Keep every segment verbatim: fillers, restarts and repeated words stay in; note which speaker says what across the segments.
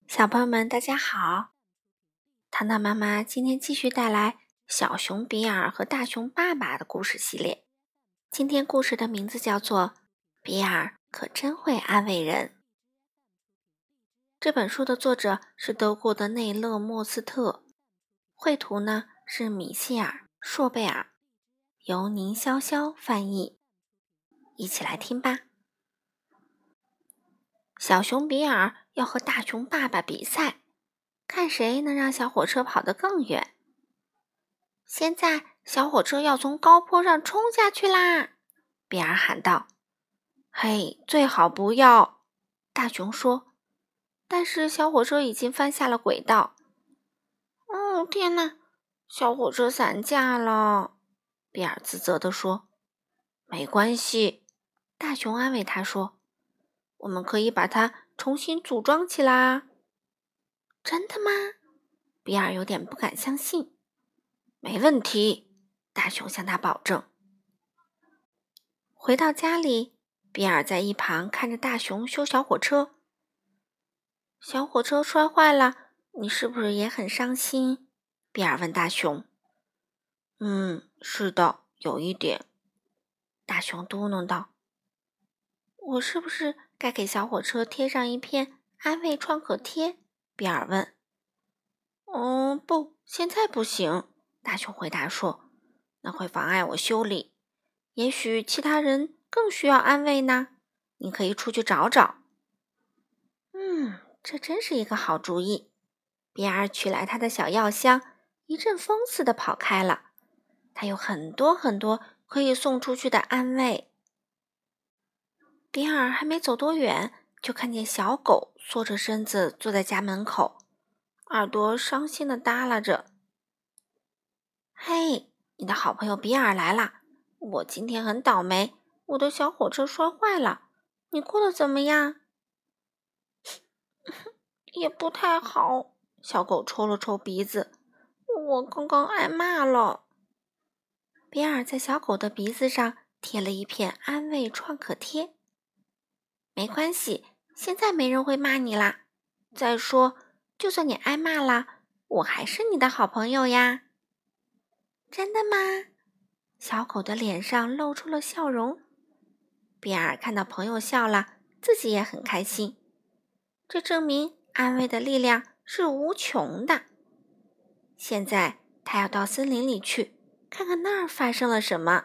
Speaker 1: 小朋友们，大家好！糖糖妈妈今天继续带来小熊比尔和大熊爸爸的故事系列。今天故事的名字叫做《比尔可真会安慰人》。这本书的作者是德国的内勒·莫斯特，绘图呢是米歇尔·硕贝尔，由宁潇潇翻译。一起来听吧。小熊比尔要和大熊爸爸比赛，看谁能让小火车跑得更远。现在小火车要从高坡上冲下去啦！比尔喊道。嘿，最好不要，大熊说。但是小火车已经翻下了轨道。哦，天哪，小火车散架了，比尔自责地说。没关系，大熊安慰他说。我们可以把它重新组装起来。真的吗？比尔有点不敢相信。没问题，大熊向他保证。回到家里，比尔在一旁看着大熊修小火车。小火车摔坏了，你是不是也很伤心？比尔问大熊。嗯，是的，有一点。大熊嘟囔道。我是不是该给小火车贴上一片安慰创可贴？比尔问。嗯，不，现在不行，大熊回答说，那会妨碍我修理。也许其他人更需要安慰呢，你可以出去找找。嗯，这真是一个好主意。比尔取来他的小药箱，一阵风似的跑开了。他有很多很多可以送出去的安慰。比尔还没走多远，就看见小狗缩着身子坐在家门口，耳朵伤心地耷拉着。嘿，你的好朋友比尔来啦！我今天很倒霉，我的小火车摔坏了。你过得怎么样？也不太好，小狗抽了抽鼻子。我刚刚挨骂了。比尔在小狗的鼻子上贴了一片安慰创可贴。没关系，现在没人会骂你啦。再说，就算你挨骂了，我还是你的好朋友呀。真的吗？小狗的脸上露出了笑容。比尔看到朋友笑了，自己也很开心。这证明安慰的力量是无穷的。现在他要到森林里去，看看那儿发生了什么。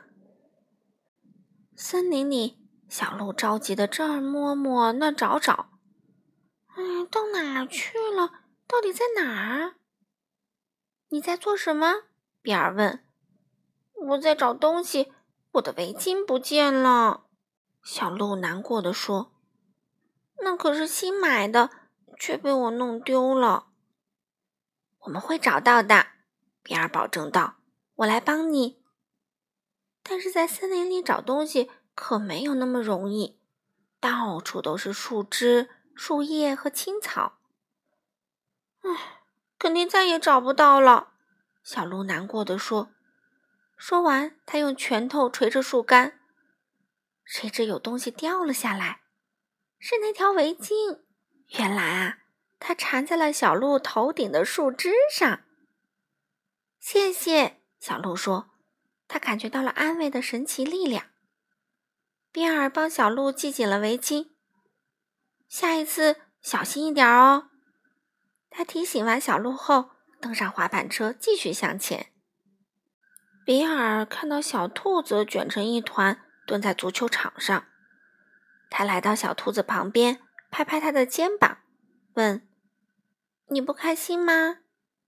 Speaker 1: 森林里，小鹿着急地这儿摸摸那儿找找。哎，到哪儿去了？到底在哪儿？你在做什么？比尔问。我在找东西，我的围巾不见了。小鹿难过地说。那可是新买的，却被我弄丢了。我们会找到的，比尔保证道。我来帮你。但是在森林里找东西可没有那么容易，到处都是树枝、树叶和青草。唉，肯定再也找不到了，小鹿难过地说。说完，他用拳头捶着树干。谁知有东西掉了下来，是那条围巾。原来啊，它缠在了小鹿头顶的树枝上。谢谢，小鹿说，他感觉到了安慰的神奇力量。比尔帮小鹿系紧了围巾。下一次小心一点哦。他提醒完小鹿后，登上滑板车继续向前。比尔看到小兔子卷成一团蹲在足球场上，他来到小兔子旁边，拍拍它的肩膀，问：你不开心吗？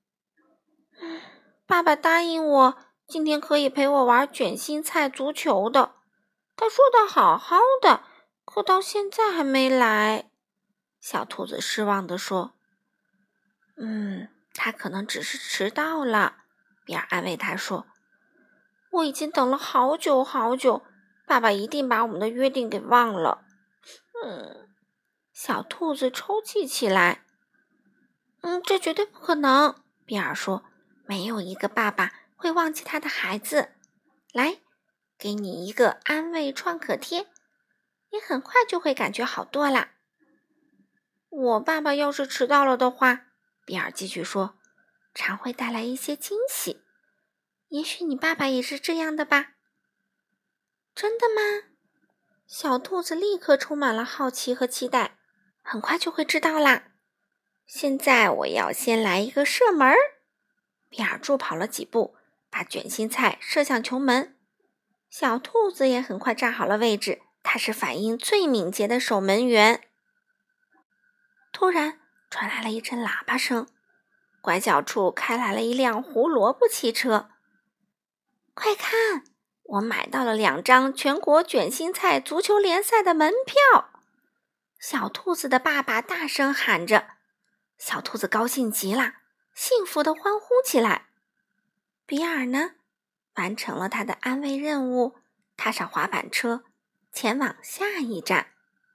Speaker 1: 爸爸答应我今天可以陪我玩卷心菜足球的，他说的好好的，可到现在还没来。小兔子失望地说。嗯，他可能只是迟到了，比尔安慰他说。我已经等了好久好久，爸爸一定把我们的约定给忘了。嗯，小兔子抽泣起来。嗯，这绝对不可能，比尔说，没有一个爸爸会忘记他的孩子。来，给你一个安慰创可贴，你很快就会感觉好多啦。 我爸爸要是迟到了的话，比尔继续说，常会带来一些惊喜。也许你爸爸也是这样的吧？真的吗？小兔子立刻充满了好奇和期待，很快就会知道啦。现在我要先来一个射门儿。比尔助跑了几步，把卷心菜射向球门。小兔子也很快站好了位置，它是反应最敏捷的守门员。突然传来了一阵喇叭声，拐角处开来了一辆胡萝卜汽车。快看，我买到了两张全国卷心菜足球联赛的门票！小兔子的爸爸大声喊着，小兔子高兴极了，幸福地欢呼起来。比尔呢，完成了他的安慰任务，踏上滑板车，前往下一站。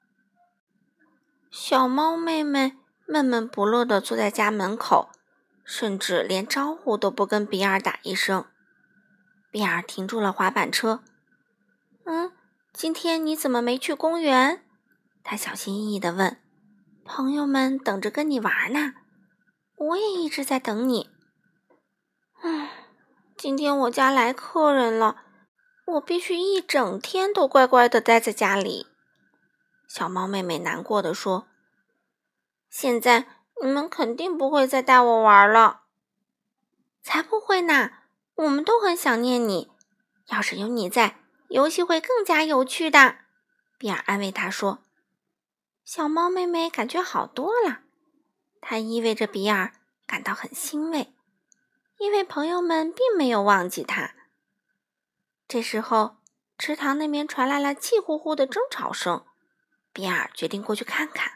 Speaker 1: 小猫妹妹闷闷不乐地坐在家门口，甚至连招呼都不跟比尔打一声。比尔停住了滑板车。嗯，今天你怎么没去公园？他小心翼翼地问。朋友们等着跟你玩呢，我也一直在等你。唉，今天我家来客人了，我必须一整天都乖乖地待在家里。小猫妹妹难过地说。现在你们肯定不会再带我玩了。才不会呢，我们都很想念你。要是有你在，游戏会更加有趣的。比尔安慰她说。小猫妹妹感觉好多了，她依偎着比尔，感到很欣慰，因为朋友们并没有忘记她。这时候，池塘那边传来了气呼呼的争吵声，比尔决定过去看看。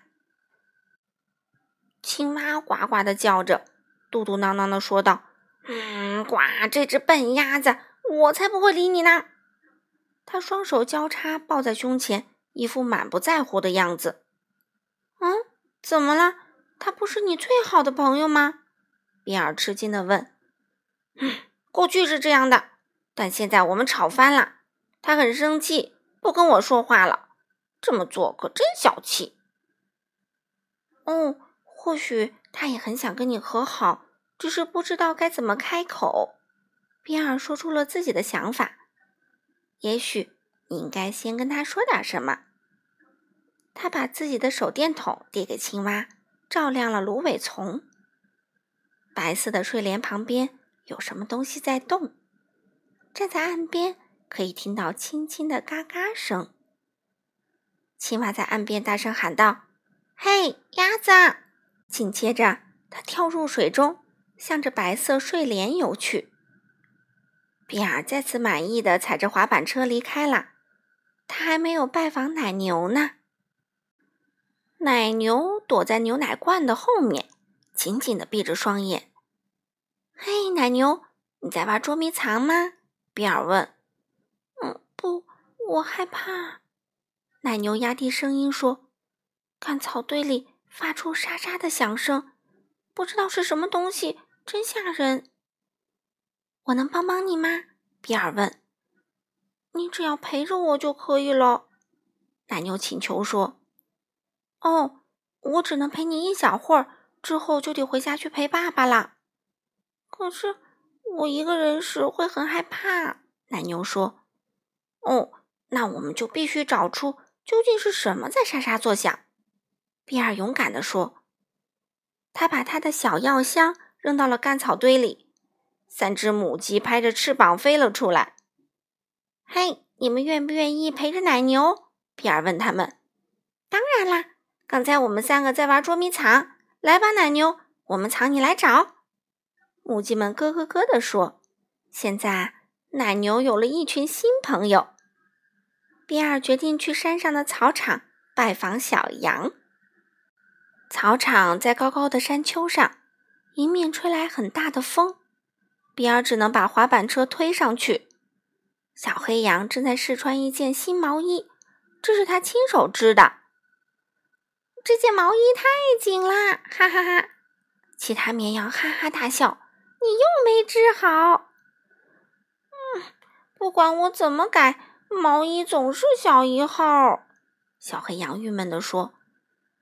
Speaker 1: 青蛙呱呱地叫着，嘟嘟囔囔地说道：“嗯，呱，这只笨鸭子，我才不会理你呢！”他双手交叉抱在胸前，一副满不在乎的样子。“嗯，怎么了？他不是你最好的朋友吗？”比尔吃惊地问。“嗯，过去是这样的，但现在我们吵翻了，他很生气，不跟我说话了。这么做可真小气。”“哦。”或许他也很想跟你和好，只是不知道该怎么开口。比尔说出了自己的想法。也许你应该先跟他说点什么。他把自己的手电筒递给青蛙，照亮了芦苇丛。白色的睡莲旁边有什么东西在动，站在岸边可以听到轻轻的嘎嘎声。青蛙在岸边大声喊道：“嘿，鸭子！”紧接着，他跳入水中，向着白色睡莲游去。比尔再次满意地踩着滑板车离开了。他还没有拜访奶牛呢。奶牛躲在牛奶罐的后面，紧紧地闭着双眼。“嘿，奶牛，你在玩捉迷藏吗？”比尔问。“嗯，不，我害怕。”奶牛压低声音说。干草堆里发出沙沙的响声，不知道是什么东西，真吓人。“我能帮帮你吗？”比尔问。“你只要陪着我就可以了。”奶牛请求说。“哦，我只能陪你一小会儿，之后就得回家去陪爸爸啦。”“可是我一个人时会很害怕。”奶牛说。“哦，那我们就必须找出究竟是什么在沙沙作响。”比尔勇敢地说。他把他的小药箱扔到了干草堆里，三只母鸡拍着翅膀飞了出来。“嘿，你们愿不愿意陪着奶牛？”比尔问他们。“当然啦，刚才我们三个在玩捉迷藏，来吧，奶牛，我们藏你来找。”母鸡们咯咯咯地说。现在奶牛有了一群新朋友。比尔决定去山上的草场拜访小羊。草场在高高的山丘上，迎面吹来很大的风，比尔只能把滑板车推上去。小黑羊正在试穿一件新毛衣，这是他亲手织的。“这件毛衣太紧啦，哈哈哈！”其他绵羊哈哈大笑，“你又没织好。”“嗯，不管我怎么改，毛衣总是小一号。”小黑羊郁闷地说。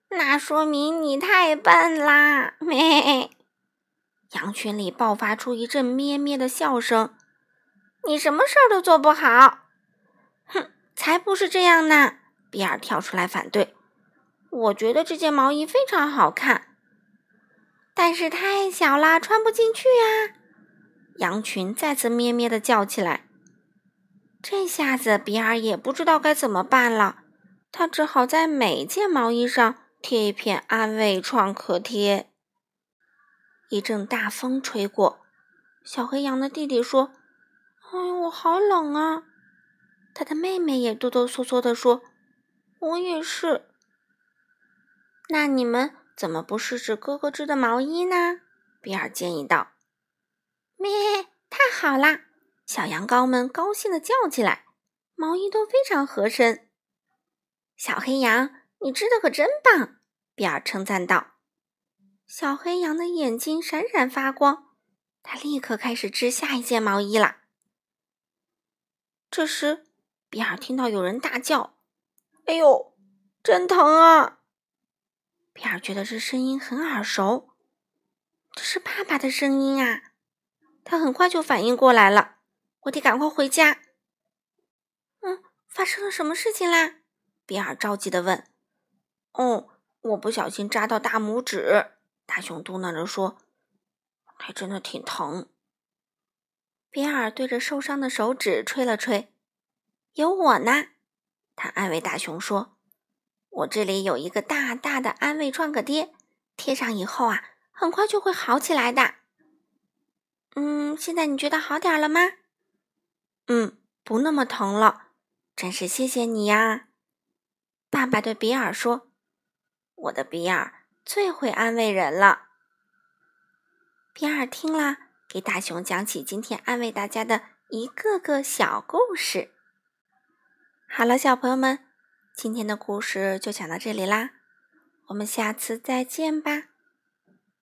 Speaker 1: 那说明你太笨啦！咩！羊群里爆发出一阵咩咩的笑声。你什么事儿都做不好。哼，才不是这样呢！比尔跳出来反对。我觉得这件毛衣非常好看，但是太小啦，穿不进去呀！羊群再次咩咩地叫起来。这下子比尔也不知道该怎么办了，他只好在每件毛衣上贴一片安慰创可贴。一阵大风吹过，小黑羊的弟弟说：“哎，我好冷啊！”他的妹妹也哆哆嗦嗦地说：“我也是。”那你们怎么不试试哥哥织的毛衣呢？比尔建议道。咩，太好啦！小羊羔们高兴地叫起来，毛衣都非常合身。小黑羊，你织的可真棒！比尔称赞道。小黑羊的眼睛闪闪发光，他立刻开始织下一件毛衣啦。这时，比尔听到有人大叫：“哎呦，真疼啊！”比尔觉得这声音很耳熟，这是爸爸的声音啊！他很快就反应过来了，我得赶快回家。嗯，发生了什么事情啦？比尔着急地问。哦，我不小心扎到大拇指，大熊嘟囔着说，还真的挺疼。比尔对着受伤的手指吹了吹。有我呢，他安慰大熊说，我这里有一个大大的安慰创可贴，贴上以后啊，很快就会好起来的。嗯，现在你觉得好点了吗？嗯，不那么疼了，真是谢谢你呀。爸爸对比尔说，我的比尔最会安慰人了。比尔听了，给大熊讲起今天安慰大家的一个个小故事。好了，小朋友们，今天的故事就讲到这里啦，我们下次再见吧。